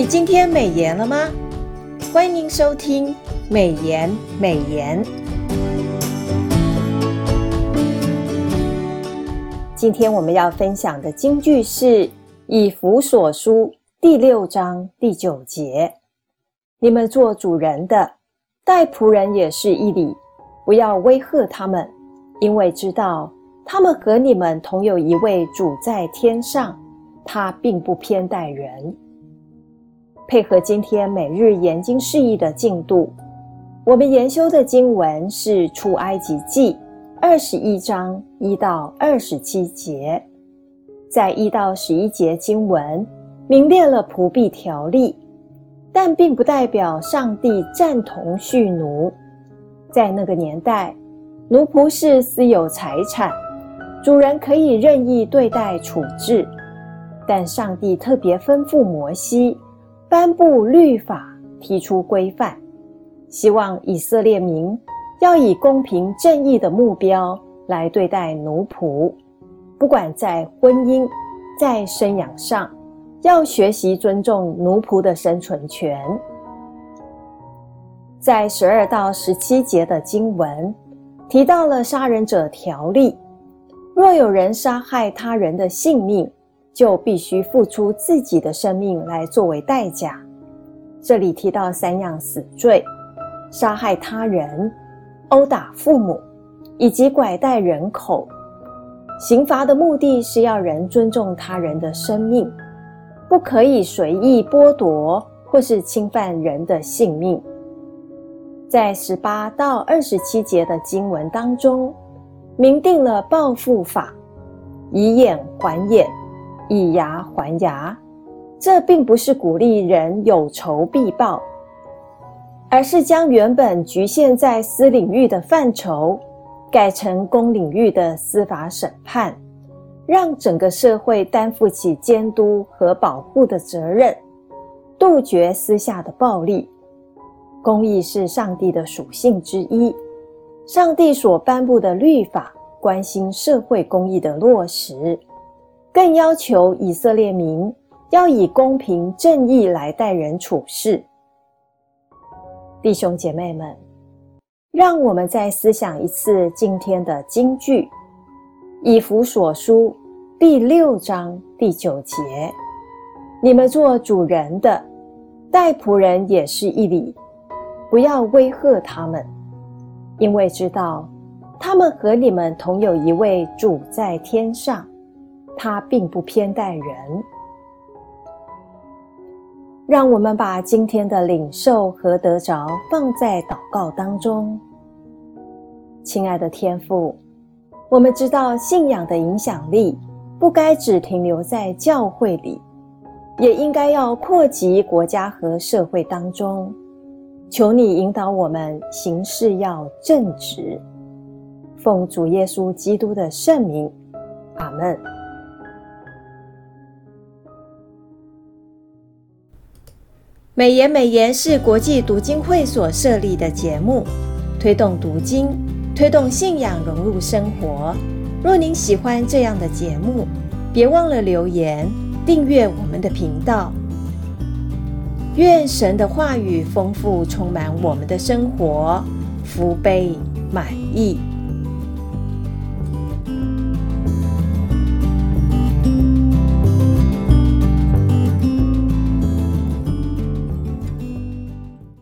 你今天美颜了吗？欢迎收听美言美言。今天我们要分享的金句是以弗所书第6章第9节。你们做主人的，待仆人也是一理，不要威吓他们，因为知道他们和你们同有一位主在天上，他并不偏待人。配合今天每日研经释义的进度，我们研修的经文是出埃及记21章1到27节。在1到11节经文明列了仆婢条例，但并不代表上帝赞同蓄奴。在那个年代，奴仆是私有财产，主人可以任意对待处置，但上帝特别吩咐摩西颁布律法，提出规范，希望以色列民要以公平正义的目标来对待奴仆，不管在婚姻、在生养上，要学习尊重奴仆的生存权。在12到17节的经文提到了杀人者条例，若有人杀害他人的性命，就必须付出自己的生命来作为代价。这里提到3样死罪：杀害他人、殴打父母以及拐带人口。刑罚的目的是要人尊重他人的生命，不可以随意剥夺或是侵犯人的性命。在18到27节的经文当中，明定了报复法，以眼还眼，以牙还牙。这并不是鼓励人有仇必报，而是将原本局限在私领域的范畴改成公领域的司法审判，让整个社会担负起监督和保护的责任，杜绝私下的暴力。公义是上帝的属性之一，上帝所颁布的律法关心社会公义的落实，更要求以色列民要以公平正义来待人处事。弟兄姐妹们，让我们再思想一次今天的金句，以弗所书第6章第9节。你们做主人的，待仆人也是一理，不要威吓他们，因为知道他们和你们同有一位主在天上，他并不偏待人。让我们把今天的领受和得着放在祷告当中。亲爱的天父，我们知道信仰的影响力不该只停留在教会里，也应该要扩及国家和社会当中。求你引导我们行事要正直。奉主耶稣基督的圣名，阿们。美言美言是国际读经会所设立的节目，推动读经，推动信仰融入生活。若您喜欢这样的节目，别忘了留言订阅我们的频道。愿神的话语丰富充满我们的生活，福杯满溢。